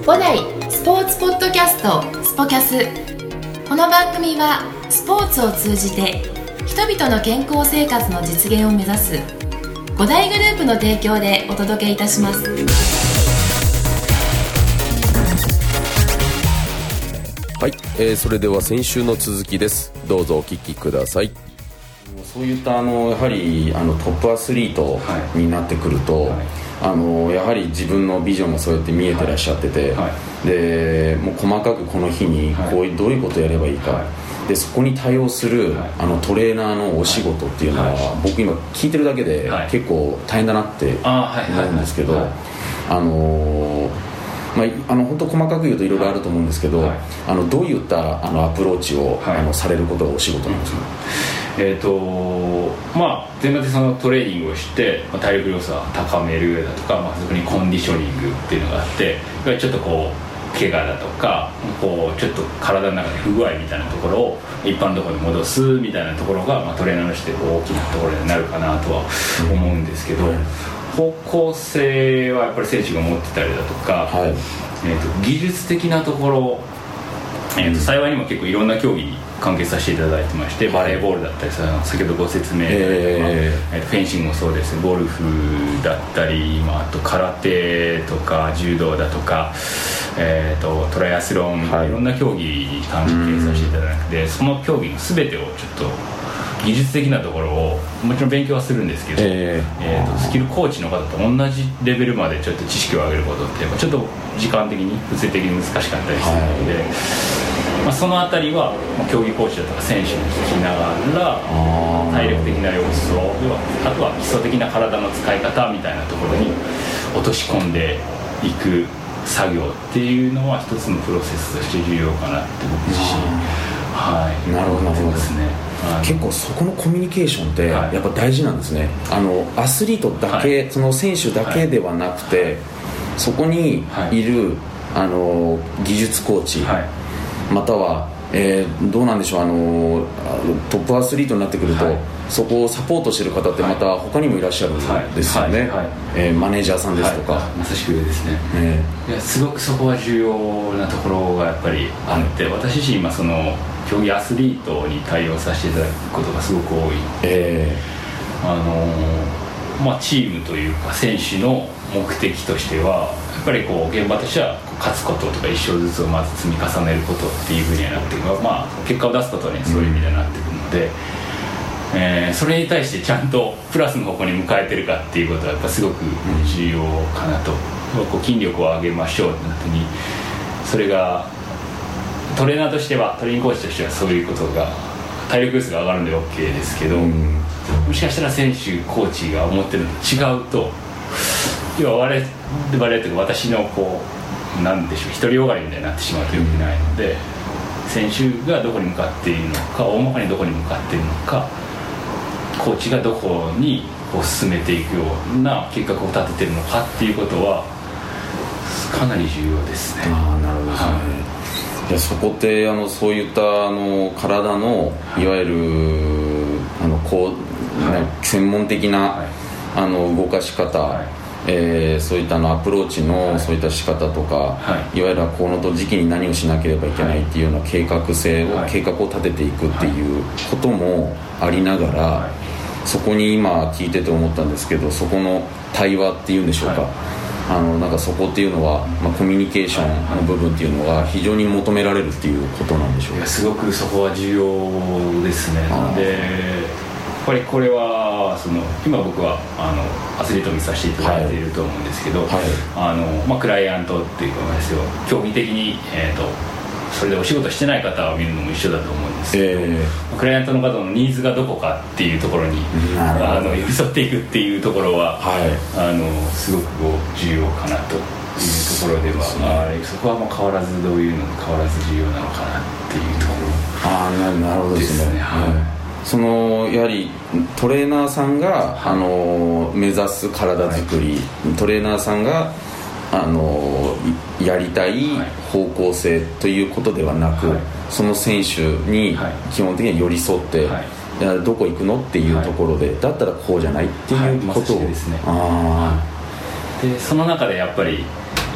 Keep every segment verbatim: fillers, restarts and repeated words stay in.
五代スポーツポッドキャストスポキャス。この番組はスポーツを通じて人々の健康生活の実現を目指す五大グループの提供でお届けいたします。 はい、えー、それでは先週の続きです。どうぞお聞きください。そういったあのやはりあのトップアスリートになってくると、はいはい、あのやはり自分のビジョンもそうやって見えてらっしゃってて、はいはい、でもう細かくこの日にこういう、はい、どういうことをやればいいか、はい、でそこに対応する、はい、あのトレーナーのお仕事っていうのは、はい、僕今聞いてるだけで、はい、結構大変だなって思うんですけど、あのまあ、あの本当細かく言うといろいろあると思うんですけど、はい、あのどういったあのアプローチを、はい、あのされることがお仕事なんですか？ えーとまあ、前提でそのトレーニングをして、まあ、体力要素を高めるだとか、まあ、そこにコンディショニングっていうのがあって、ちょっとこう怪我だとかこうちょっと体の中で不具合みたいなところを一般のところに戻すみたいなところが、まあ、トレーナーとして大きなところになるかなとは思うんですけど、うん、方向性はやっぱり選手が持ってたりだとか、はい、えーと技術的なところ、えーと幸いにも結構いろんな競技に関係させていただいてまして、バレーボールだったり先ほどご説明、えーえー、フェンシングもそうです、ゴルフだったり、まあ、あと空手とか柔道だとか、えー、とトライアスロン、はい、いろんな競技に関係させていただいて、その競技の全てをちょっと技術的なところをもちろん勉強はするんですけど、えーえー、とスキルコーチの方と同じレベルまでちょっと知識を上げることってやっぱちょっと時間的に物理的に難しかったりするので、はい、まあ、そのあたりは競技コーチだとか選手に聞きながら体力的な要素、あとは基礎的な体の使い方みたいなところに落とし込んでいく作業っていうのは一つのプロセスとして重要かなって僕自身、はい、 なるほどですね。 結構そこのコミュニケーションってやっぱ大事なんですね。あのアスリートだけ、はい、その選手だけではなくて、はい、そこにいる、はい、あの技術コーチ、はい、または、えー、どうなんでしょう、あのトップアスリートになってくると、はい、そこをサポートしてる方ってまた他にもいらっしゃるんですよね、はいはいはい、えー、マネージャーさんですとか、 はい、まさしくですね、えー、いやすごくそこは重要なところがやっぱりあって、はい、私自身今その競技アスリートに対応させていただくことがすごく多い、えーあのーまあ、チームというか選手の目的としてはやっぱりこう現場としては勝つこととか一勝ずつをまず積み重ねることっていうふうにはなってくる、まあ、結果を出すことにそういう意味ではなってくるので、うん、えー、それに対してちゃんとプラスの方向に向かえてるかっていうことはやっぱすごく重要かなと、うん、こう筋力を上げましょうってなった時にそれがトレーナーとしてはトレーニングコーチとしてはそういうことが体力要素が上がるんで OK ですけど、うん、もしかしたら選手コーチが思ってるのと違うと、要は我々我々というか私のこうなんでしょう独りよがりみたいになってしまうとよくないので、選手がどこに向かっているのか大まかにどこに向かっているのかコーチがどこにこう進めていくような計画を立てているのかっていうことはかなり重要ですね。 ああ、なるほどですね、はい、いやそこってあのそういったあの体のいわゆるあのこう、はい、専門的な、はい、あの動かし方、はい、えー、そういったあのアプローチの、はい、そういった仕方とか、はい、いわゆるこの時期に何をしなければいけないっていうような計画性を、はい、計画を立てていくっていうこともありながら、はい、そこに今聞いてて思ったんですけど、そこの対話っていうんでしょうか、はい、あのなんかそこっていうのは、まあ、コミュニケーションの部分っていうのが非常に求められるっていうことなんでしょうか？ いやすごくそこは重要ですね。でやっぱりこれはその今僕はあのアスリートを見させていただいていると思うんですけど、はいはい、あのまあ、クライアントっていうかですよ、競技的に、えーと、それでお仕事してない方を見るのも一緒だと思うんですけど、えー、クライアントの方のニーズがどこかっていうところにあの寄り添っていくっていうところは、はい、あのすごく重要かなというところでは、あそこはもう変わらずどういうのも変わらず重要なのかなっていうところ、 あな, なるほどですね、はい、そのやはりトレーナーさんが、はい、あの目指す体作り、はい、トレーナーさんがあのやりたい方向性ということではなく、はい、その選手に基本的には寄り添って、はい、いやどこ行くのっていうところで、はい、だったらこうじゃないっていうことを、はい、まさしくですね。 あでその中でやっぱり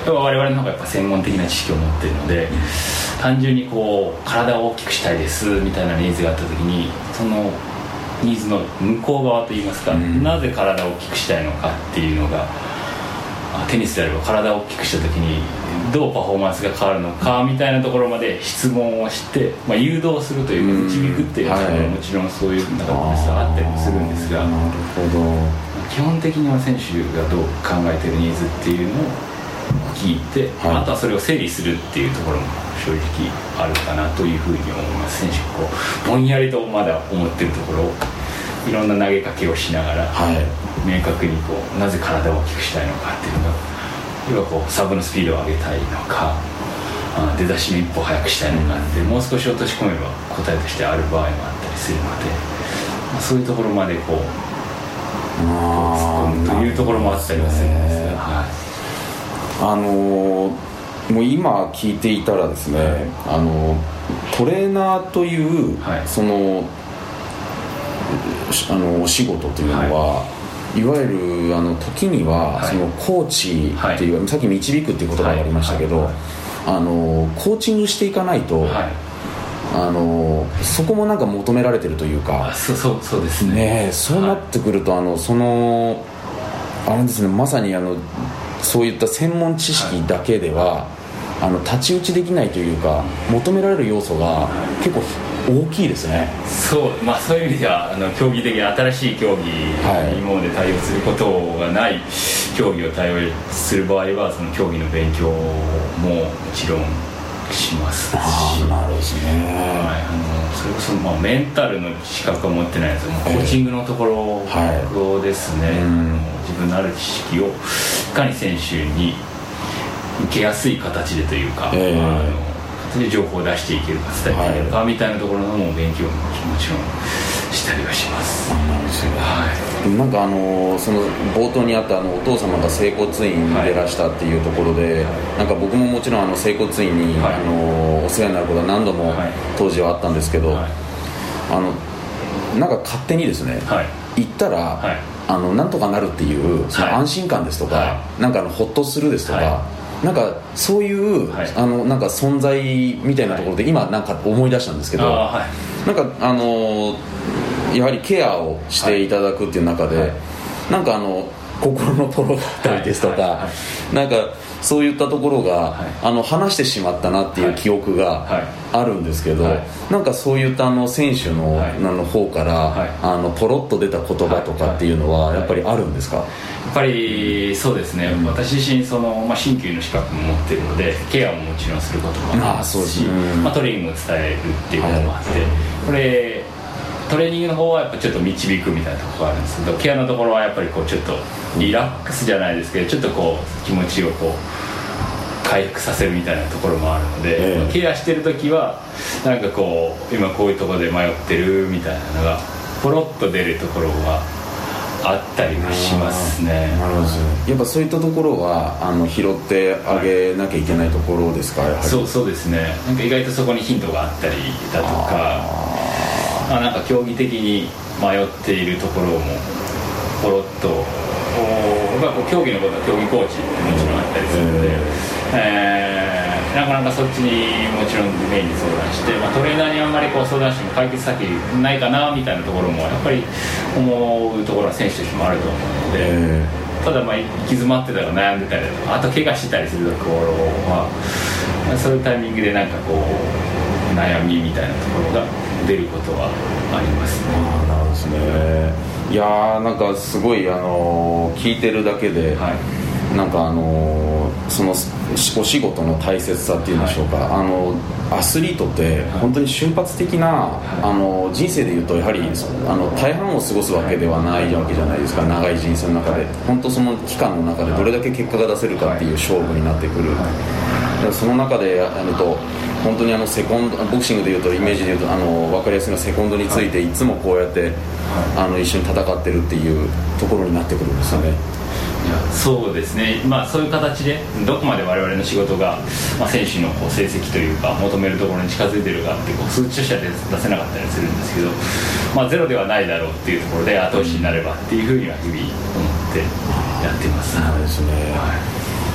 我々の方がやっぱ専門的な知識を持っているので、単純にこう体を大きくしたいですみたいなニーズがあった時に、そのニーズの向こう側といいますか、うん、なぜ体を大きくしたいのかっていうのが、テニスであれば体を大きくした時にどうパフォーマンスが変わるのかみたいなところまで質問をして、まあ、誘導するというか導くっていうのは、はい、もちろんそういう中であったりもするんですが、 なるほど。 基本的には選手がどう考えているニーズっていうのを聞いて、はい、あとはそれを整理するっていうところも正直あるかなというふうに思います。選手がこうぼんやりとまだ思っているところをいろんな投げかけをしながら、はい、明確にこうなぜ体を大きくしたいのかっていうのが、要はこうサーブのスピードを上げたいのか、あ出だしの一歩早くしたいのかって、もう少し落とし込めば答えとしてある場合もあったりするので、まあ、そういうところまでこう突っ込むというところもあったりはするんですが、はい、 あのー、もう今聞いていたらですね、はい、あのトレーナーという、はい、そのあのお仕事というのは、はい、いわゆるあの時には、はい、そのコーチっていう、はい、さっき導くっていう言葉がありましたけど、はいはい、あのコーチングしていかないと、はい、あのそこもなんか求められてるというか、 あそうそうそうですね。 ね、そうなってくると、はい、あのそのあれですね、まさにあのそういった専門知識だけでは、はい、あの太刀打ちできないというか、求められる要素が結構大きいですね。 そう、まあ、そういう意味ではあの競技的な新しい競技に今まで対応することがない競技を対応する場合は、その競技の勉強ももちろんしますし、 あなるほどですね、 はい、あのそれこそ、まあ、メンタルの資格は持ってないですけど、コーチングのところですね、はい、あの自分のある知識をいかに選手に受けやすい形でというか、えー、あので情報を出していけるか伝えていけるか、はい、みたいなところのも勉強ももちろんしたりはします。 なんですよ、はい、なんかあのその冒頭にあったあのお父様が整骨院に出らしたっていうところで、はい、なんか僕ももちろんあの整骨院に、はい、あのお世話になることは何度も当時はあったんですけど、はい、あのなんか勝手にですね、はい、行ったら、はい、あのなんとかなるっていうその安心感ですとか、はい、なんかあのホッとするですとか、はい、なんかそういう、はい、あのなんか存在みたいなところで今なんか思い出したんですけど、はい、なんかあのやはりケアをしていただくっていう中で、はい、なんかあの心のトロだったりですとか、はいはいはい、なんかそういったところが、はい、あの話してしまったなっていう記憶があるんですけど、はいはい、なんかそういったあの選手 の,、はい、の方から、はい、あのポロッと出た言葉とかっていうのはやっぱりあるんですか？ やっぱりそうですね、うん、私自身その、まあ、鍼灸の資格も持っているのでケアももちろんすることもありますし、あ、うん、まあ、トレーニングを伝えるっていうこともあって、はい、これトレーニングの方はやっぱちょっと導くみたいなところがあるんですけど、ケアのところはやっぱりこうちょっとリラックスじゃないですけど、ちょっとこう気持ちをこう回復させるみたいなところもあるので、えー、ケアしてる時はなんかこう今こういうところで迷ってるみたいなのがポロッと出るところがあったりもしますね。 なるほど。やっぱそういったところはあの拾ってあげなきゃいけないところですか？やはりそうそうですね。なんか意外とそこにヒントがあったりだとか、あなんか競技的に迷っているところもポロッと、まあ、競技のことは競技コーチってもちろんあったりするので、えー、なかなかそっちにもちろんメインに相談して、まあ、トレーナーにあんまりこう相談しても解決先ないかなみたいなところもやっぱり思うところは選手としてもあると思うので、えー、ただまあ行き詰まってたり悩んでたりとか、あと怪我してたりするところはそういうタイミングでなんかこう悩みみたいなところが出ることはありますね。 あ、なるほどですね。いやーなんかすごいあのー、聞いてるだけで、はい、なんかあのー、そのお仕事の大切さっていうんでしょうか、はい、あのアスリートって本当に瞬発的な、はい、あの人生でいうとやはりあの大半を過ごすわけではないわけじゃないですか、はい、長い人生の中で、はい、本当その期間の中でどれだけ結果が出せるかっていう勝負になってくる、はい、その中でやると本当にあのセコンドボクシングでいうとイメージでいうとあの分かりやすいのはセコンドについていつもこうやって、はい、あの一緒に戦ってるっていうところになってくるんですよね。 いやそうですね、まあ、そういう形でどこまで我々の仕事が、まあ、選手のこう成績というか求めるところに近づいてるかってこう数値としては出せなかったりするんですけど、まあ、ゼロではないだろうっていうところで後押しになればっていうふうには日々思ってやってます。 そうですね、はい。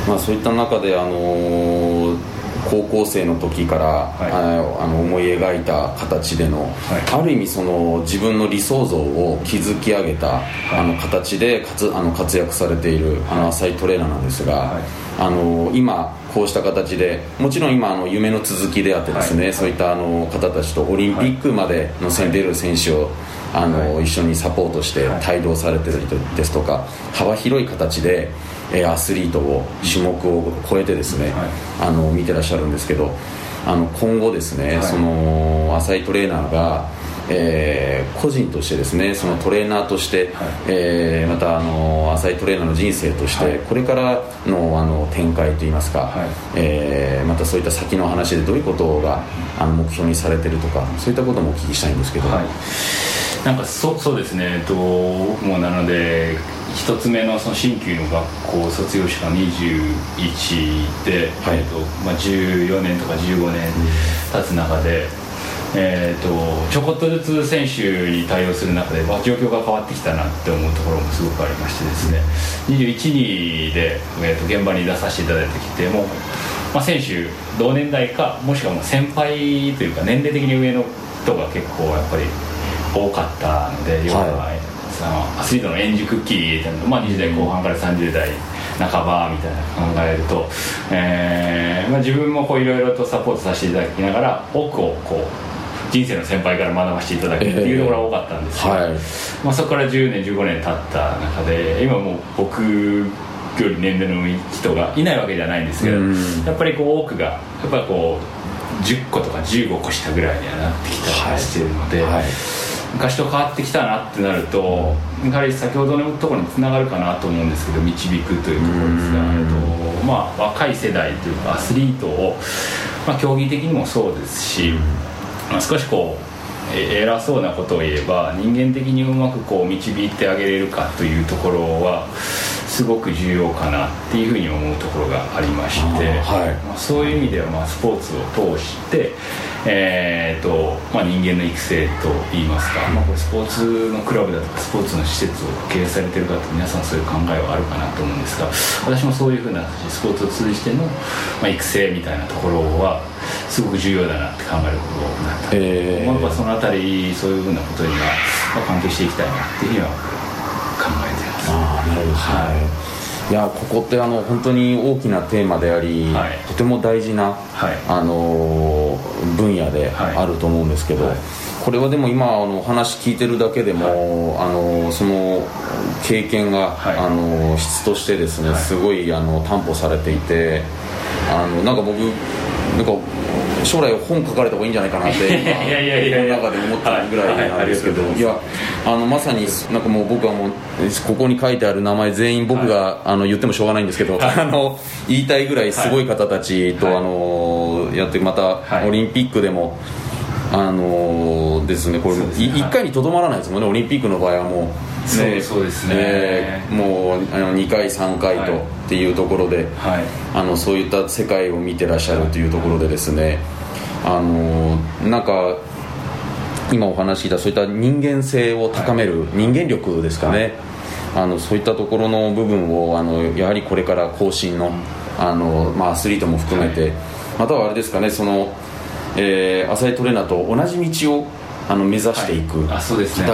まあ、そういった中で、あのー、高校生の時から、はい、ああの思い描いた形での、はい、ある意味その自分の理想像を築き上げた、はい、あの形で活あの活躍されているあの浅井トレーナーなんですが、はい、あの今こうした形でもちろん今あの夢の続きであってですね、はい、そういったあの方たちとオリンピックまでの出る選手をあの、はい、一緒にサポートして帯同されてたりですとか、幅広い形でアスリートを種目を超えてですね、はい、あの見てらっしゃるんですけど、あの今後ですね、はい、その浅井トレーナーが、えー、個人としてですね、そのトレーナーとして、はい、えー、またあの浅井トレーナーの人生として、はい、これからの、あの展開といいますか、はい、えー、またそういった先の話でどういうことがあの目標にされているとか、そういったこともお聞きしたいんですけど。はい、 なんか そ, そうですね、えっと、もうなので一つ目 の, その新旧の学校卒業してからにじゅういちで、はい、えっとまあ、じゅうよねんとかじゅうごねん経つ中で、えー、とちょこっとずつ選手に対応する中で、まあ、状況が変わってきたなって思うところもすごくありましてですね、にじゅういちにで、えー、と現場に出させていただいてきても、まあ、選手同年代かもしくはもう先輩というか年齢的に上の人が結構やっぱり多かったので、要は、はい、そのアスリートの円熟期っていうの、まあ、にじゅう代後半からさんじゅう代半ばみたいな考えると、えーまあ、自分もこういろいろとサポートさせていただきながら多くをこう人生の先輩から学ばせていただくっていうところが多かったんですけど、えーはい、まあ、そこからじゅうねんじゅうごねん経った中で今もう僕より年齢の人がいないわけじゃないんですけど、やっぱりこう多くがやっぱりこうじゅっことかじゅうごこしたぐらいにはなってきたりしているので、はいはい、昔と変わってきたなってなると、やはり先ほどのところにつながるかなと思うんですけど、導くというところですが、と、まあ、若い世代というかアスリートを、まあ、競技的にもそうですし、まあ、少しこう偉そうなことを言えば人間的にうまくこう導いてあげれるかというところはすごく重要かなっていうふうに思うところがありまして、はい、まあ、そういう意味ではまあスポーツを通して、えーとまあ、人間の育成といいますか、まあ、これスポーツのクラブだとかスポーツの施設を経営されている方皆さんそういう考えはあるかなと思うんですが、私もそういうふうなスポーツを通じての、まあ、育成みたいなところはすごく重要だなって考えることが多くなった、えーまあ、やっぱそのあたりそういうふうなことには、まあ、関係していきたいなっていうふうには考えています。 あー、なるほど、はい、いやここってあの本当に大きなテーマであり、はい、とても大事な、はい、あの分野であると思うんですけど、はいはい、これはでも今あの話聞いてるだけでも、はい、あのその経験が、はい、あの質としてですね、はい、すごいあの担保されていて、あのなんか僕なんか将来本書かれた方がいいんじゃないかなって今の中で思ってるぐらいなんですけど、いやあのまさになんかもう僕はもうここに書いてある名前全員僕が、はい、あの言ってもしょうがないんですけど、はい、あの言いたいぐらいすごい方たちと、はい、あのやってまた、はい、オリンピックでもあのですね、これいっかいにとどまらないですもんね、オリンピックの場合はもう、ね、 そうそうですね、 えー、もうあのにかいさんかいと、はい、っていうところで、はい、あのそういった世界を見てらっしゃるというところでですね、あのなんか今お話ししたそういった人間性を高める、はい、人間力ですかね、はい、あのそういったところの部分をあのやはりこれから後進の、あの、まあ、アスリートも含めて、はい、またはあれですかね、その、えー、浅井トレーナーと同じ道をあの目指していく方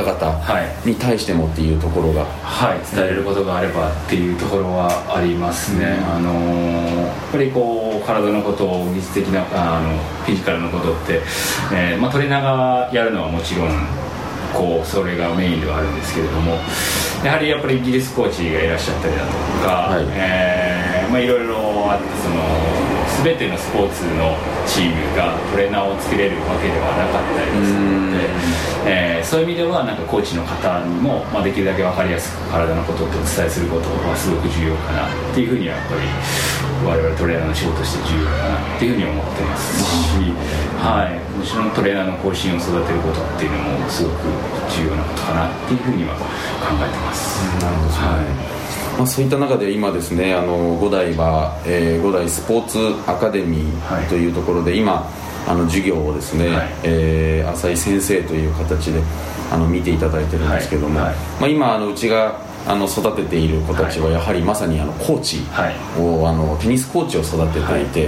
々に対してもっていうところが、 はい、伝えれることがあればっていうところはありますね、うん、あのー、やっぱりこう体のことを技術的なあのフィジカルのことって、えーまあ、トレーナーがやるのはもちろんこうそれがメインではあるんですけれども、やはりやっぱり技術コーチがいらっしゃったりだとか、はい、えーまあ、いろいろあって、その全てのスポーツのチームがトレーナーを作れるわけではなかったりするので、えー、そういう意味ではなんかコーチの方にも、まあ、できるだけ分かりやすく体のことをお伝えすることはすごく重要かなっていうふうにはやっぱり我々トレーナーの仕事として重要かなっていうふうに思ってますし、はい、もちろんトレーナーの後進を育てることっていうのもすごく重要なことかなっていうふうには考えてます。 なるほど、はい、まあ、そういった中で今ですね、あの五代は、えー、五代スポーツアカデミーというところで、はい、今あの授業をですね、はい、えー、浅井先生という形であの見ていただいてるんですけども、はいはい、まあ、今あのうちがあの育てている子たちはやはりまさにあのコーチを、はい、あのテニスコーチを育てていて、はい、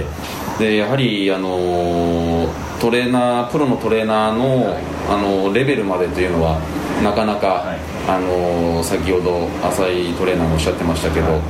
でやはりあのトレーナープロのトレーナー の、はい、あのレベルまでというのはなかなか、はい、あの先ほど浅井トレーナーもおっしゃってましたけど、はい、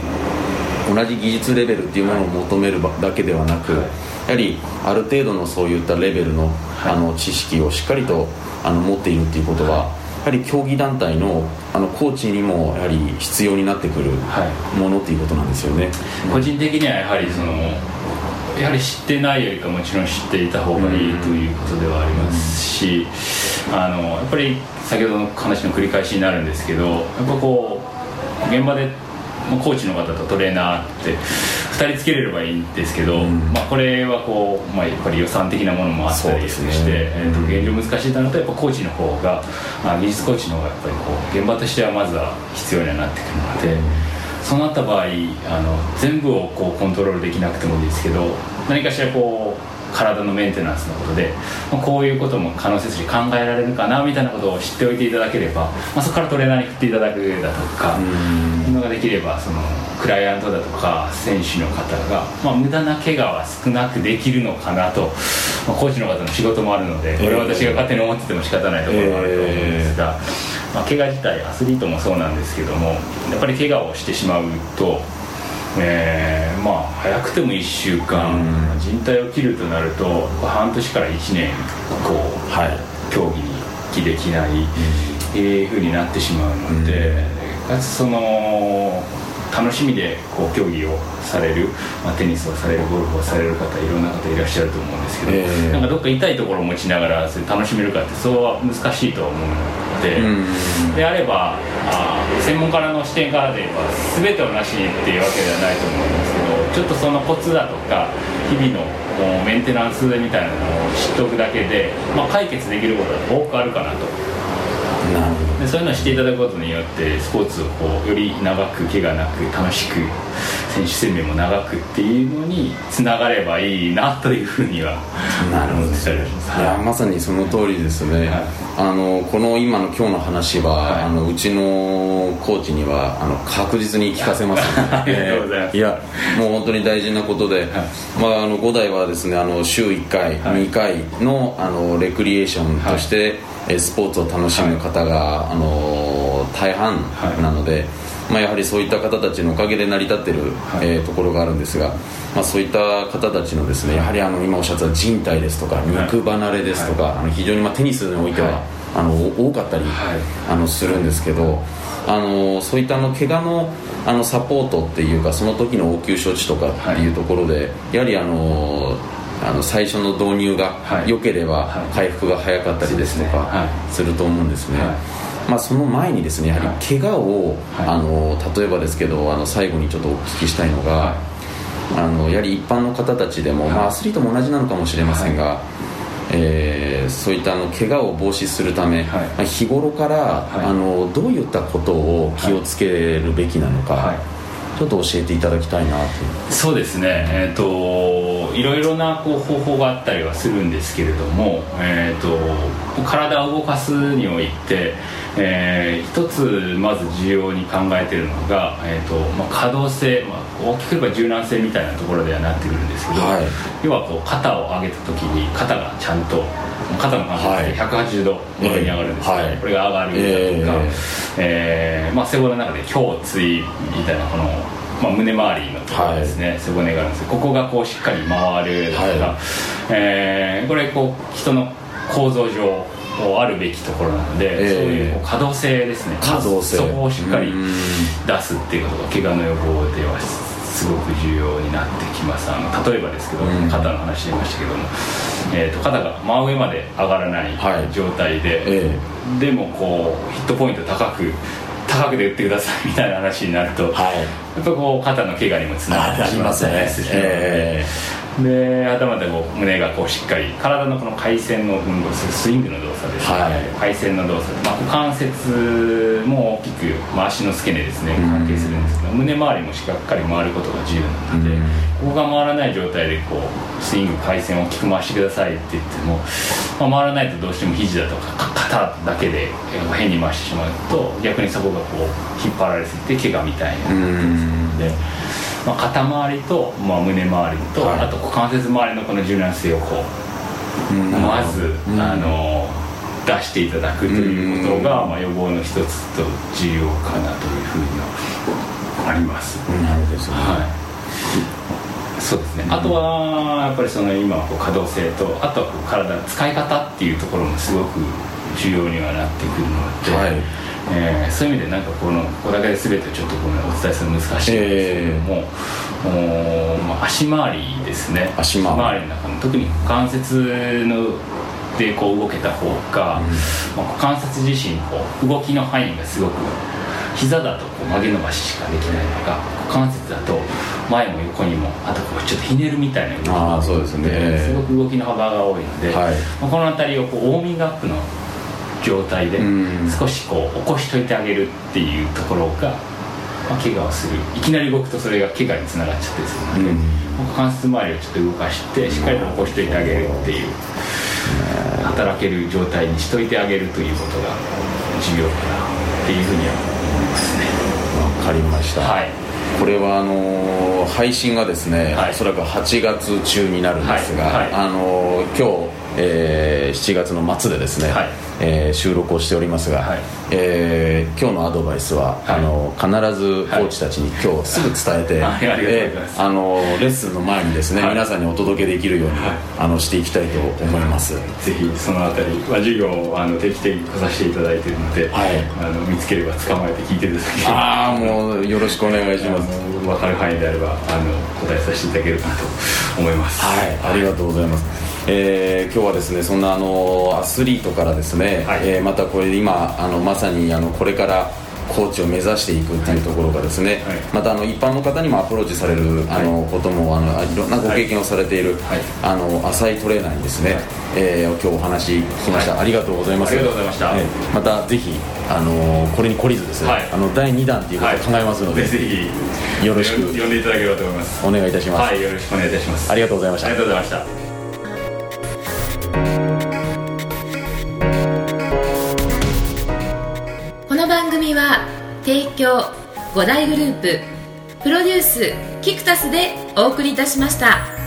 同じ技術レベルっていうものを求めるだけではなく、はい、やはりある程度のそういったレベル の、はい、あの知識をしっかりとあの持っているっていうことは、はい、やはり競技団体 の, あのコーチにもやはり必要になってくるものということなんですよね、 はい、個人的にはやはりそのやはり知ってないよりかもちろん知っていた方がいいということではありますし、あのやっぱり先ほどの話の繰り返しになるんですけど、やっぱこう現場でコーチの方とトレーナーってふたりつけれればいいんですけど、うんまあ、これはこう、まあ、やっぱり予算的なものもあったりして、ねえー、と現状難しいとなるとやっぱコーチの方が、まあ、技術コーチの方がやっぱりこう現場としてはまずは必要にはなってくるので、うん、そうなった場合あの全部をこうコントロールできなくてもいいですけど、何かしらこう体のメンテナンスのことで、まあ、こういうことも可能性として考えられるかなみたいなことを知っておいていただければ、まあ、そこからトレーナーに振っていただくだとかいうのができれば、そのクライアントだとか選手の方が、まあ、無駄な怪我は少なくできるのかなと、まあ、コーチの方の仕事もあるので、これは私が勝手に思ってても仕方ないところがあると思うんですが、えーまあ、怪我自体アスリートもそうなんですけども、やっぱり怪我をしてしまうとえー、まあ早くてもいっしゅうかん、うん、靭帯を切るとなると半年からいちねんこう、はい、競技に復帰できない、うん、いう風になってしまうので、うん、かつその楽しみでこう競技をされる、まあ、テニスをされるゴルフをされる方いろんな方いらっしゃると思うんですけど、えー、なんかどっか痛いところを持ちながらそれ楽しめるかってそうは難しいと思うので、うん、であればあ専門家の視点からで言えば全てをなしにっていうわけではないと思うんですけど、ちょっとそのコツだとか日々のメンテナンスみたいなのを知っておくだけで、まあ、解決できることが多くあるかなと。なるほど。でそういうのをしていただくことによってスポーツをこうより長く怪我なく楽しく選手生命も長くっていうのにつながればいいなというふうには思ってたりします。 いやまさにその通りですね、はい、あのこの今の今日の話は、はい、あのうちのコーチにはあの確実に聞かせますのでありがとうございます。 いやもう本当に大事なことで、はいまあ、あのご代はですねあの週いっかい、はい、にかい の, あのレクリエーションとして、はい、スポーツを楽しむ方が、はい、あの大半なので、はいまあ、やはりそういった方たちのおかげで成り立っている、はいえー、ところがあるんですが、まあ、そういった方たちのですねやはりあの今おっしゃった靭帯ですとか肉離れですとか、はい、あの非常にまあテニスにおいては、はい、あの多かったり、はい、あのするんですけど、あのそういったあの怪我 の, あのサポートっていうかその時の応急処置とかっていうところで、はい、やはりあのあの最初の導入が良ければ回復が早かったりですとかすると思うんですね、はいまあ、その前にですねやはり怪我を、はい、あの例えばですけどあの最後にちょっとお聞きしたいのが、はい、あのやはり一般の方たちでも、はいまあ、アスリートも同じなのかもしれませんが、はいえー、そういったあの怪我を防止するため、はいまあ、日頃から、はい、あのどういったことを気をつけるべきなのか、はいちょっと教えていただきたいなと。 そうですね、えー、といろいろなこう方法があったりはするんですけれども、えー、と体を動かすにおいて、えー、一つまず重要に考えているのが、えーとまあ、可動性、まあ、大きく言えば柔軟性みたいなところではなってくるんですけど、はい、要はこう肩を上げた時に肩がちゃんと肩の関節でひゃくはちじゅうど上に上がるんですね、はい、これが上がるだとか、えーえーまあ、背骨の中で胸椎みたいなこの、まあ、胸周りのところですね、はい、背骨があるんですけどここがこうしっかり回るだとか、はいえー、これこう人の構造上あるべきところなので、えー、そういうこう可動性ですね可動性そこをしっかり出すっていうことが怪我の予防ではすごく重要になってきます。あの例えばですけど、うん、肩の話してましたけども、えー、と肩が真上まで上がらない状態で、はいえー、でもこうヒットポイント高く高くで打ってくださいみたいな話になると、はい、やっぱこう肩の怪我にもつながってしまったりするので、 で頭でこう胸がこうしっかり体のこの回旋の運動するスイングの動作ですね、はい、回旋の動作、まあ、股関節も大きく、まあ、足の付け根ですね関係するんですけど、胸周りもしっかり回ることが重要なので、うん、ここが回らない状態でこうスイング回旋を大きく回してくださいって言っても、まあ、回らないとどうしても肘だとか肩だけで変に回してしまうと逆にそこがこう引っ張られすぎて怪我みたいになってますので、まあ、肩周りと、まあ、胸周りと、はい、あと股関節周りのこの柔軟性をこう、うん、まず、うん、あの出していただくということが、うんまあ、予防の一つと重要かなというふうにはあります。 なるほどですね、 はい、そうですね、うん、あとはやっぱりその今こう可動性とあとはこう体の使い方っていうところもすごく重要にはなってくるので、はいえー、そういう意味でなんかこのここだけで全てちょっとごめんお伝えするの難しいんですけども、えーまあ、足回りですね足回り、 回りの中の特に股関節のでこう動けた方が、うんまあ、股関節自身こう動きの範囲がすごく膝だとこう曲げ伸ばししかできないのが股関節だと前も横にもあとこうちょっとひねるみたいな動きがあそうですね、 すごく動きの幅が多いので、はいまあ、この辺りをこうウォーミングアップの状態で少しこう起こしといてあげるっていうところが、まあ、怪我をするいきなり動くとそれが怪我につながっちゃったりするので、うん、股関節周りをちょっと動かしてしっかりと起こしといてあげるっていう、うん、働ける状態にしといてあげるということが重要かなっていうふうには思いますね。 わかりました、はい、これはあのー、配信がですね、はい、おそらくはちがつ中になるんですが、はいはい、あのー、今日えー、しちがつの末でですね、はいえー、収録をしておりますが、はいえー、今日のアドバイスは、はい、あの必ずコーチたちに今日すぐ伝えて、はい、であのレッスンの前にですね、はい、皆さんにお届けできるように、はい、あのしていきたいと思います。 ぜひそのあたりは授業をあの定期的に来させていただいているので、はい、あの見つければ捕まえて聞いていただければああもうよろしくお願いします。 分かる範囲であればあの答えさせていただけるかなと思います。 はい、ありがとうございます。えー、今日はですねそんなあのアスリートからですね、はいえー、またこれ今あのまさにあのこれからコーチを目指していくっていうところがですね、はい、またあの一般の方にもアプローチされるあのこともあのいろんなご経験をされている、はい、あの浅井トレーナーにですね、はいえー、今日お話聞きました、はい、ありがとうございます。 ありがとうございました、えー、またぜひあのこれに懲りずですね、はい、あのだいにだんということを考えますので、はい、 ぜひよろしく呼んでいただければと思います。 お願いいたします。 はい、よろしくお願いいたします。 ありがとうございました。 ありがとうございました。 この番組は提供五大グループプロデュースキクタスでお送りいたしました。